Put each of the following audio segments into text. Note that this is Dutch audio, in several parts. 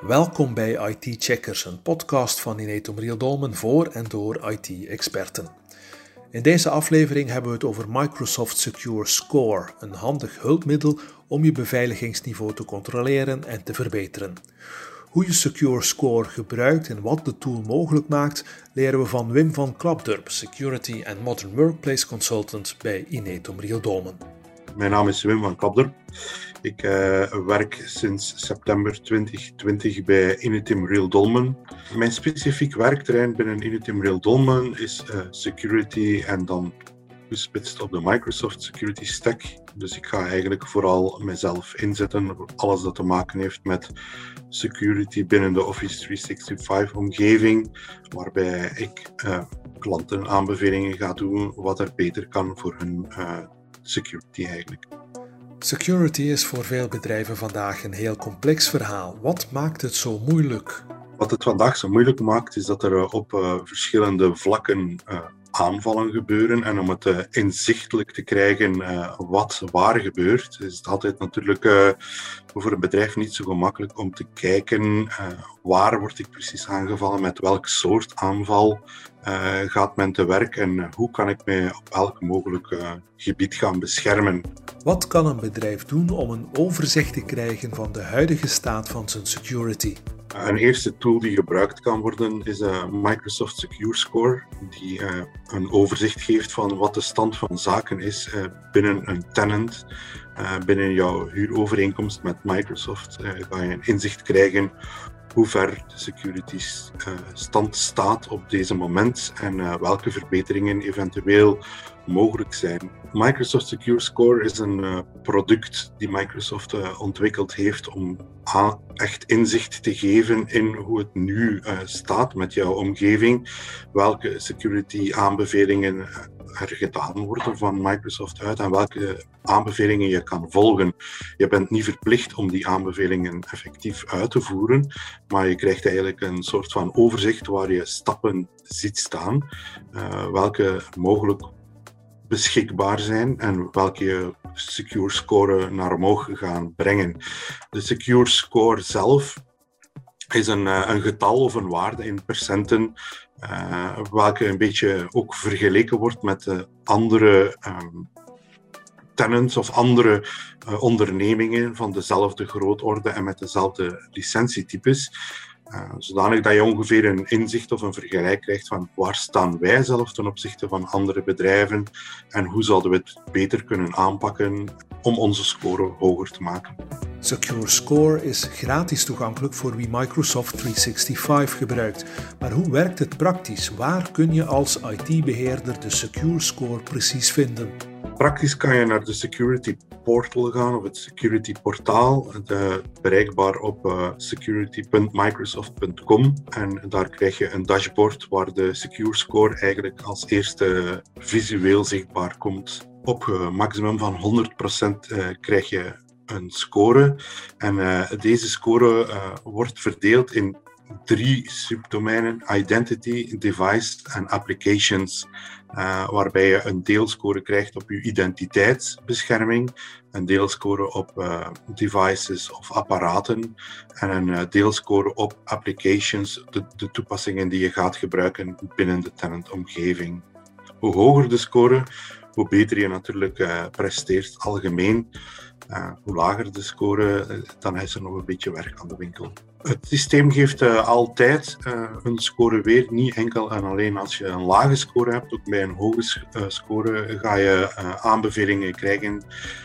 Welkom bij IT Checkers, een podcast van Inetum Riel Dolmen voor en door IT-experten. In deze aflevering hebben we het over Microsoft Secure Score, een handig hulpmiddel om je beveiligingsniveau te controleren en te verbeteren. Hoe je Secure Score gebruikt en wat de tool mogelijk maakt, leren we van Wim van Klapdurp, Security and Modern Workplace Consultant bij Inetum Riel Dolmen. Mijn naam is Wim van Klapdurp. Ik werk sinds september 2020 bij Inetum Riel Dolmen. Mijn specifiek werkterrein binnen Inetum Riel Dolmen is security en dan gespitst op de Microsoft Security Stack. Dus ik ga eigenlijk vooral mezelf inzetten voor alles dat te maken heeft met security binnen de Office 365 omgeving, waarbij ik klanten aanbevelingen ga doen wat er beter kan voor hun security eigenlijk. Security is voor veel bedrijven vandaag een heel complex verhaal. Wat maakt het zo moeilijk? Wat het vandaag zo moeilijk maakt, is dat er op verschillende vlakken aanvallen gebeuren. En om het inzichtelijk te krijgen wat waar gebeurt, is het altijd natuurlijk voor een bedrijf niet zo gemakkelijk om te kijken waar word ik precies aangevallen, met welk soort aanval gaat men te werk en hoe kan ik mij op elk mogelijk gebied gaan beschermen. Wat kan een bedrijf doen om een overzicht te krijgen van de huidige staat van zijn security? Een eerste tool die gebruikt kan worden is Microsoft Secure Score, die een overzicht geeft van wat de stand van zaken is binnen een tenant. Binnen jouw huurovereenkomst met Microsoft ga je een inzicht krijgen hoe ver de security stand staat op deze moment en welke verbeteringen eventueel mogelijk zijn. Microsoft Secure Score is een product die Microsoft ontwikkeld heeft om echt inzicht te geven in hoe het nu staat met jouw omgeving, welke security aanbevelingen er gedaan worden van Microsoft uit en welke aanbevelingen je kan volgen. Je bent niet verplicht om die aanbevelingen effectief uit te voeren, maar je krijgt eigenlijk een soort van overzicht waar je stappen ziet staan, welke mogelijk beschikbaar zijn en welke je Secure Score naar omhoog gaan brengen. De Secure Score zelf is een getal of een waarde in procenten, welke een beetje ook vergeleken wordt met de andere tenants of andere ondernemingen van dezelfde grootorde en met dezelfde licentietypes. Zodanig dat je ongeveer een inzicht of een vergelijk krijgt van waar staan wij zelf ten opzichte van andere bedrijven en hoe zouden we het beter kunnen aanpakken om onze score hoger te maken. Secure Score is gratis toegankelijk voor wie Microsoft 365 gebruikt. Maar hoe werkt het praktisch? Waar kun je als IT-beheerder de Secure Score precies vinden? Praktisch kan je naar de Security Portal gaan, of het Security Portaal, bereikbaar op security.microsoft.com. En daar krijg je een dashboard waar de Secure Score eigenlijk als eerste visueel zichtbaar komt. Op maximum van 100% krijg je een score. En deze score wordt verdeeld in 3 subdomeinen: Identity, Device en Applications. Waarbij je een deelscore krijgt op je identiteitsbescherming, een deelscore op devices of apparaten en een deelscore op applications, de toepassingen die je gaat gebruiken binnen de tenantomgeving. Hoe hoger de score, hoe beter je natuurlijk presteert algemeen. Hoe lager de score, dan is er nog een beetje werk aan de winkel. Het systeem geeft altijd een score weer, niet enkel en alleen als je een lage score hebt. Ook bij een hoge score ga je aanbevelingen krijgen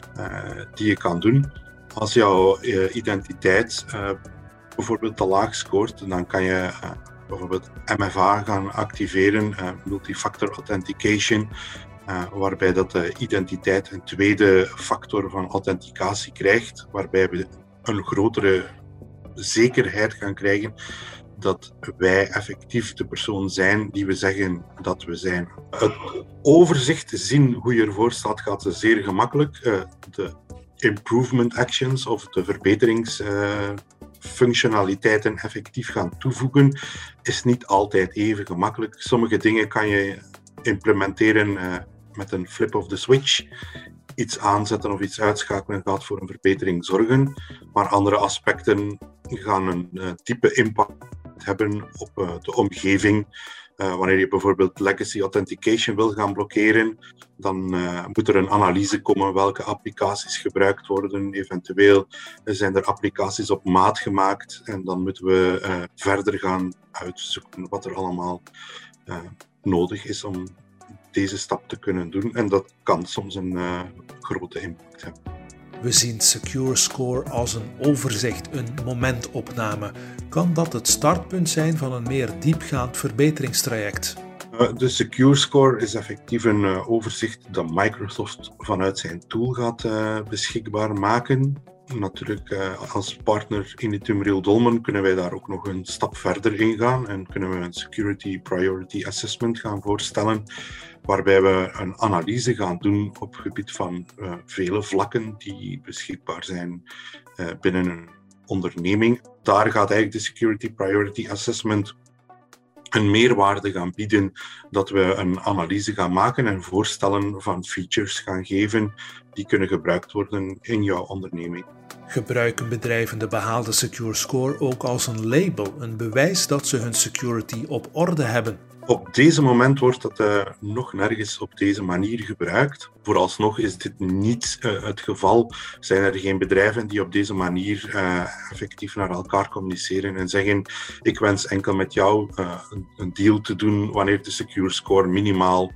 die je kan doen. Als jouw identiteit bijvoorbeeld te laag scoort, dan kan je bijvoorbeeld MFA gaan activeren, Multi-Factor Authentication. Waarbij dat de identiteit een tweede factor van authenticatie krijgt, waarbij we een grotere zekerheid gaan krijgen dat wij effectief de persoon zijn die we zeggen dat we zijn. Het overzicht te zien hoe je ervoor staat gaat zeer gemakkelijk. De improvement actions of de verbeteringsfunctionaliteiten effectief gaan toevoegen is niet altijd even gemakkelijk. Sommige dingen kan je implementeren met een flip of the switch. iets aanzetten of iets uitschakelen gaat voor een verbetering zorgen, maar andere aspecten gaan een diepe impact hebben op de omgeving. Wanneer je bijvoorbeeld legacy authentication wil gaan blokkeren, dan moet er een analyse komen welke applicaties gebruikt worden. Eventueel zijn er applicaties op maat gemaakt en dan moeten we verder gaan uitzoeken wat er allemaal nodig is om deze stap te kunnen doen. En dat kan soms een grote impact hebben. We zien Secure Score als een overzicht, een momentopname. Kan dat het startpunt zijn van een meer diepgaand verbeteringstraject? De Secure Score is effectief een overzicht dat Microsoft vanuit zijn tool gaat beschikbaar maken. Natuurlijk, als partner Inetum Riel Dolmen kunnen wij daar ook nog een stap verder in gaan en kunnen we een Security Priority Assessment gaan voorstellen, waarbij we een analyse gaan doen op het gebied van vele vlakken die beschikbaar zijn binnen een onderneming. Daar gaat eigenlijk de Security Priority Assessment een meerwaarde gaan bieden, dat we een analyse gaan maken en voorstellen van features gaan geven die kunnen gebruikt worden in jouw onderneming. Gebruiken bedrijven de behaalde Secure Score ook als een label, een bewijs dat ze hun security op orde hebben? Op deze moment wordt dat nog nergens op deze manier gebruikt. Vooralsnog is dit niet het geval. Zijn er geen bedrijven die op deze manier effectief naar elkaar communiceren en zeggen: ik wens enkel met jou een deal te doen wanneer de Secure Score minimaal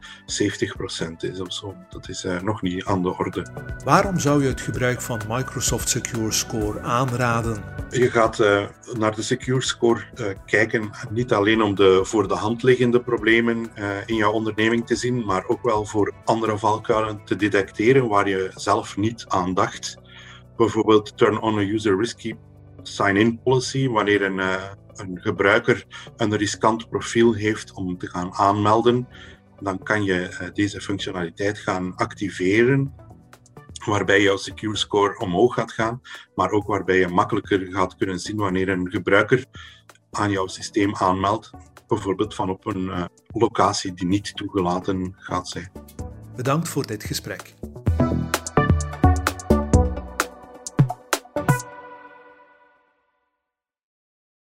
70% is of zo. Dat is nog niet aan de orde. Waarom zou je het gebruik van Microsoft Secure Score aanraden? Je gaat naar de Secure Score kijken niet alleen om de voor de hand liggende problemen in jouw onderneming te zien, maar ook wel voor andere valkuilen te detecteren waar je zelf niet aan dacht. Bijvoorbeeld turn on a user risky sign-in policy, wanneer een gebruiker een riskant profiel heeft om te gaan aanmelden, dan kan je deze functionaliteit gaan activeren, waarbij jouw Secure Score omhoog gaat gaan, maar ook waarbij je makkelijker gaat kunnen zien wanneer een gebruiker aan jouw systeem aanmeldt, bijvoorbeeld van op een locatie die niet toegelaten gaat zijn. Bedankt voor dit gesprek.